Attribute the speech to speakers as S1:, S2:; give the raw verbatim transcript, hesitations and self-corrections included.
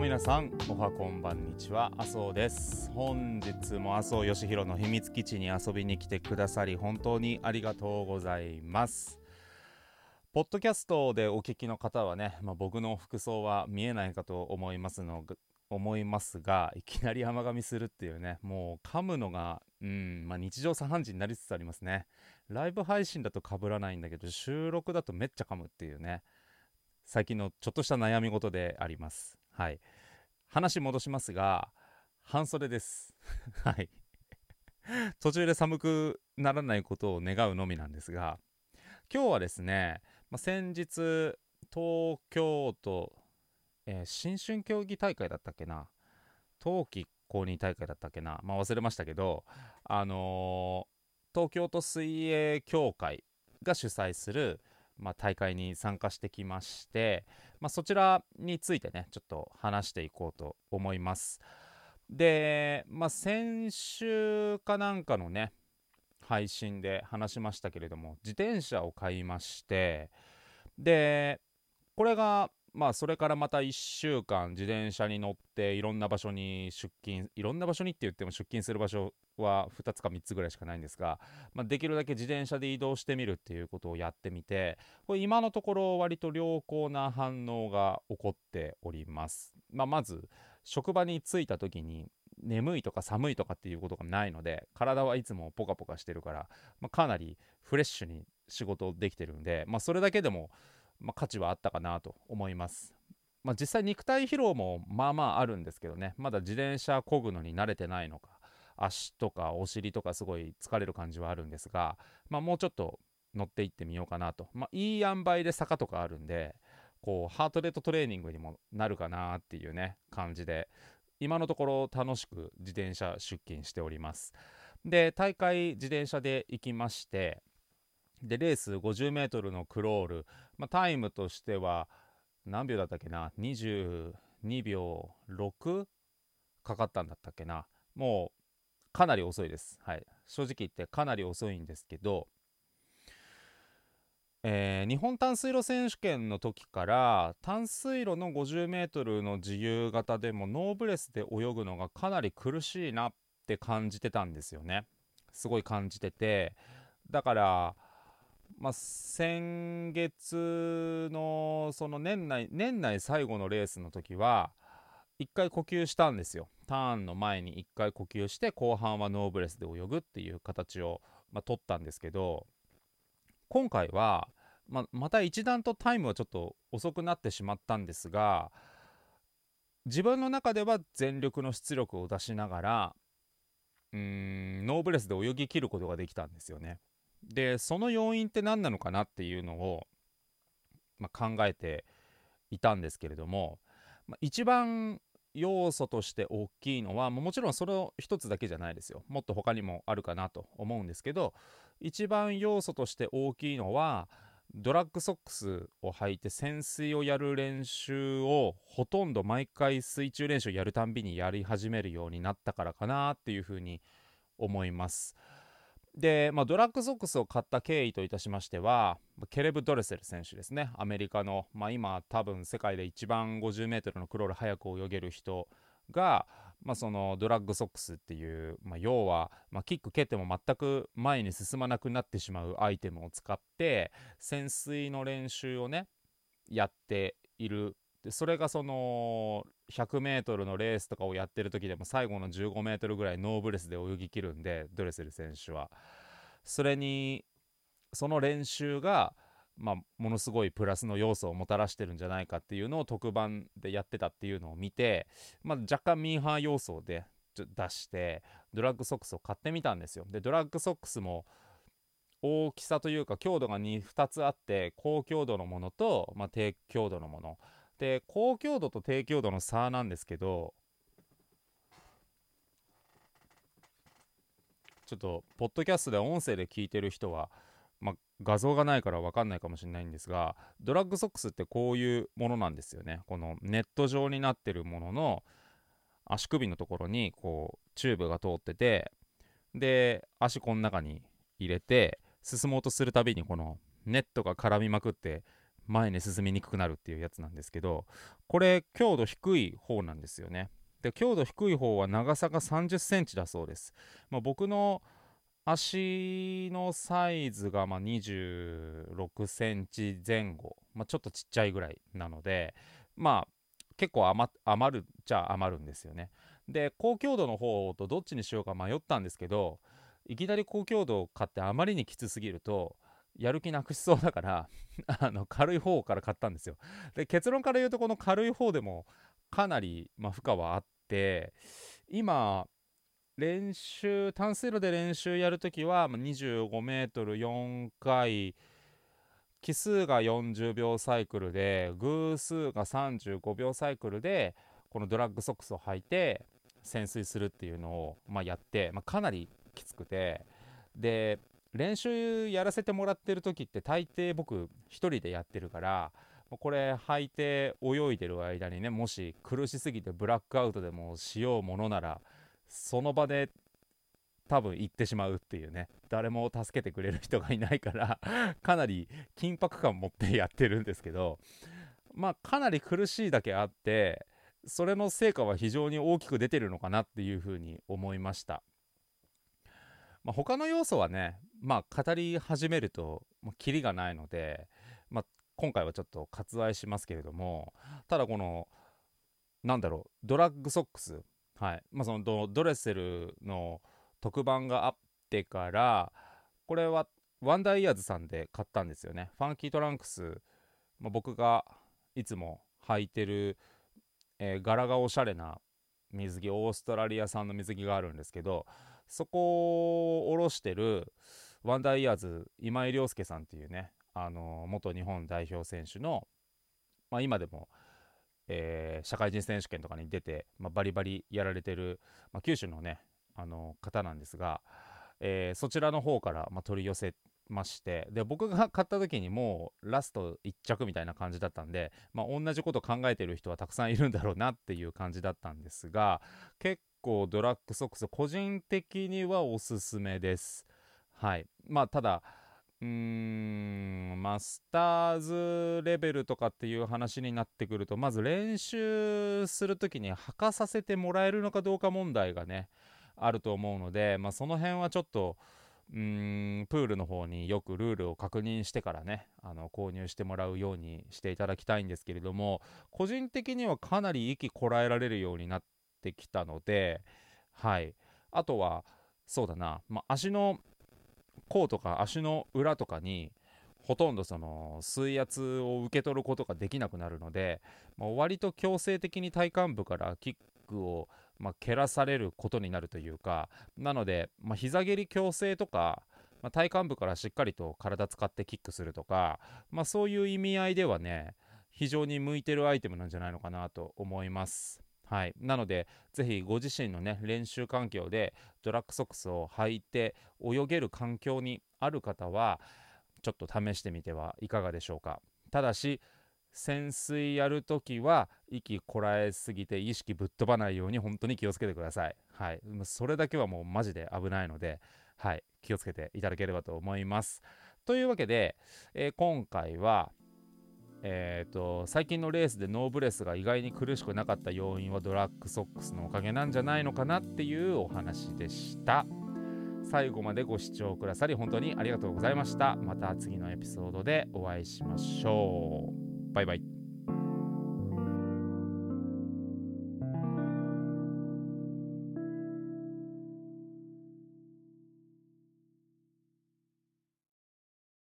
S1: 皆さん、おはこんばんにちは、麻生です。本日も麻生義弘の秘密基地に遊びに来てくださり本当にありがとうございます。ポッドキャストでお聞きの方はね、まあ、僕の服装は見えないかと思いますの思いますが、いきなり甘噛みするっていうね、もう噛むのが、うんまあ、日常茶飯事になりつつありますね。ライブ配信だと被らないんだけど、収録だとめっちゃ噛むっていうね、最近のちょっとした悩み事であります。はい。話戻しますが、半袖ですはい。途中で寒くならないことを願うのみなんですが、今日はですね、まあ、先日東京都、えー新春競技大会だったっけな、冬季公認大会だったっけな、まあ忘れましたけど、あのー東京都水泳協会が主催する、まあ、大会に参加してきまして、まあ、そちらについてねちょっと話していこうと思います。で、まあ、先週かなんかのね配信で話しましたけれども、自転車を買いまして、でこれがまあそれからまたいっしゅうかん自転車に乗っていろんな場所に出勤、いろんな場所にって言っても出勤する場所はふたつかみっつぐらいしかないんですが、まあ、できるだけ自転車で移動してみるっていうことをやってみて、これ今のところ割と良好な反応が起こっております。まあ、まず職場に着いた時に眠いとか寒いとかっていうことがないので、体はいつもポカポカしてるから、まあ、かなりフレッシュに仕事できてるんで、まあ、それだけでもまあ、価値はあったかなと思います。まあ、実際肉体疲労もまあまああるんですけどね、まだ自転車漕ぐのに慣れてないのか、足とかお尻とかすごい疲れる感じはあるんですが、まあ、もうちょっと乗っていってみようかなと、まあ、いい塩梅で坂とかあるんで、こうハートレートトレーニングにもなるかなっていうね感じで、今のところ楽しく自転車出勤しております。で、大会自転車で行きまして、でレース ごじゅうメートル のクロール、まあ、タイムとしては何秒だったっけな、にじゅうにびょうろくかかったんだったっけな。もうかなり遅いです。はい、正直言ってかなり遅いんですけど、えー日本短水路選手権の時から短水路の ごじゅうメートル の自由形でもノーブレスで泳ぐのがかなり苦しいなって感じてたんですよね。すごい感じてて、だからまあ、先月のその年内年内最後のレースの時はいっかい呼吸したんですよ。ターンの前にいっかい呼吸して、後半はノーブレスで泳ぐっていう形を、まあ、取ったんですけど、今回は、まあ、また一段とタイムはちょっと遅くなってしまったんですが、自分の中では全力の出力を出しながらうーんノーブレスで泳ぎ切ることができたんですよね。でその要因って何なのかなっていうのを、まあ、考えていたんですけれども、まあ、一番要素として大きいのは、もちろんその一つだけじゃないですよ。もっと他にもあるかなと思うんですけど、一番要素として大きいのはドラッグソックスを履いて潜水をやる練習をほとんど毎回水中練習やるたんびにやり始めるようになったからかなっていうふうに思います。で、まあ、ドラッグソックスを買った経緯といたしましては、ケレブ・ドレセル選手ですね。アメリカの、まあ、今多分世界で一番 ごじゅうメートル のクロール速く泳げる人が、まあ、そのドラッグソックスっていう、まあ、要は、まあ、キック蹴っても全く前に進まなくなってしまうアイテムを使って潜水の練習をねやっている。でそれがその ひゃくメートル のレースとかをやってる時でも最後の じゅうごメートル ぐらいノーブレスで泳ぎ切るんで、ドレセル選手はそれにその練習が、まあ、ものすごいプラスの要素をもたらしてるんじゃないかっていうのを特番でやってたっていうのを見て、まあ、若干ミーハー要素で出してドラッグソックスを買ってみたんですよ。でドラッグソックスも大きさというか強度が 2, 2つあって、高強度のものと、まあ、低強度のもので、高強度と低強度の差なんですけど、ちょっとポッドキャストで音声で聞いてる人は、まあ、画像がないから分かんないかもしれないんですが、ドラッグソックスってこういうものなんですよね。このネット状になってるものの足首のところにこうチューブが通ってて、で足この中に入れて進もうとするたびにこのネットが絡みまくって前に進みにくくなるっていうやつなんですけど、これ強度低い方なんですよね。で強度低い方は長さがさんじゅっセンチだそうです。まあ、僕の足のサイズがまあにじゅうろくセンチ前後、まあ、ちょっとちっちゃいぐらいなので、まあ結構余余るっちゃ余るんですよね。で高強度の方とどっちにしようか迷ったんですけど、いきなり高強度を買ってあまりにきつすぎるとやる気なくしそうだからあの軽い方から買ったんですよ。で結論から言うとこの軽い方でもかなり、まあ、負荷はあって、今練習単数路で練習やるときはにじゅうごメートルよんかい、奇数がよんじゅうびょうサイクルで偶数がさんじゅうごびょうサイクルでこのドラッグソックスを履いて潜水するっていうのを、まあ、やって、まあ、かなりきつくて、で練習やらせてもらってる時って大抵僕一人でやってるから、これ履いて泳いでる間にね、もし苦しすぎてブラックアウトでもしようものならその場で多分行ってしまうっていうね、誰も助けてくれる人がいないからかなり緊迫感持ってやってるんですけど、まあかなり苦しいだけあってそれの成果は非常に大きく出てるのかなっていうふうに思いました。まあ、他の要素はね、まあ語り始めるともうキリがないので、まあ、今回はちょっと割愛しますけれども、ただこのなんだろうドラッグソックス、はいまあ、その ド, ドレッセルの特番があってから、これはワンダーイヤーズさんで買ったんですよね。ファンキートランクス、まあ、僕がいつも履いてる、えー柄がおしゃれな水着、オーストラリア産の水着があるんですけど、そこを卸してるワンダーイヤーズ今井亮介さんっていうね、あのー元日本代表選手の、まあ、今でもえー社会人選手権とかに出て、まあ、バリバリやられてる、まあ、九州のね、あの方なんですが、えーそちらの方から、まあ、取り寄せまして、で僕が買った時にもうラストいっ着みたいな感じだったんで、まあ、同じこと考えてる人はたくさんいるんだろうなっていう感じだったんですが、結構ドラッグソックス個人的にはおすすめです。はい。まあただうーんマスターズレベルとかっていう話になってくると、まず練習するときに履かさせてもらえるのかどうか問題がねあると思うので、まあ、その辺はちょっとうーんプールの方によくルールを確認してからね、あの購入してもらうようにしていただきたいんですけれども、個人的にはかなり息こらえられるようになってきたので、はい。あとはそうだな、まあ、足の甲とか足の裏とかにほとんどその水圧を受け取ることができなくなるので、まあ、割と強制的に体幹部からキックを、まあ、蹴らされることになるというか、なので、まあ、膝蹴り矯正とか、まあ、体幹部からしっかりと体使ってキックするとか、まあ、そういう意味合いではね非常に向いてるアイテムなんじゃないのかなと思います。はい、なのでぜひご自身のね練習環境でドラッグソックスを履いて泳げる環境にある方はちょっと試してみてはいかがでしょうか。ただし潜水やるときは息こらえすぎて意識ぶっ飛ばないように本当に気をつけてください。はい、それだけはもうマジで危ないので、はい、気をつけていただければと思います。というわけで、えー今回はえーと最近のレースでノーブレスが意外に苦しくなかった要因はドラッグソックスのおかげなんじゃないのかなっていうお話でした。最後までご視聴くださり本当にありがとうございました。また次のエピソードでお会いしましょう。バイバイ。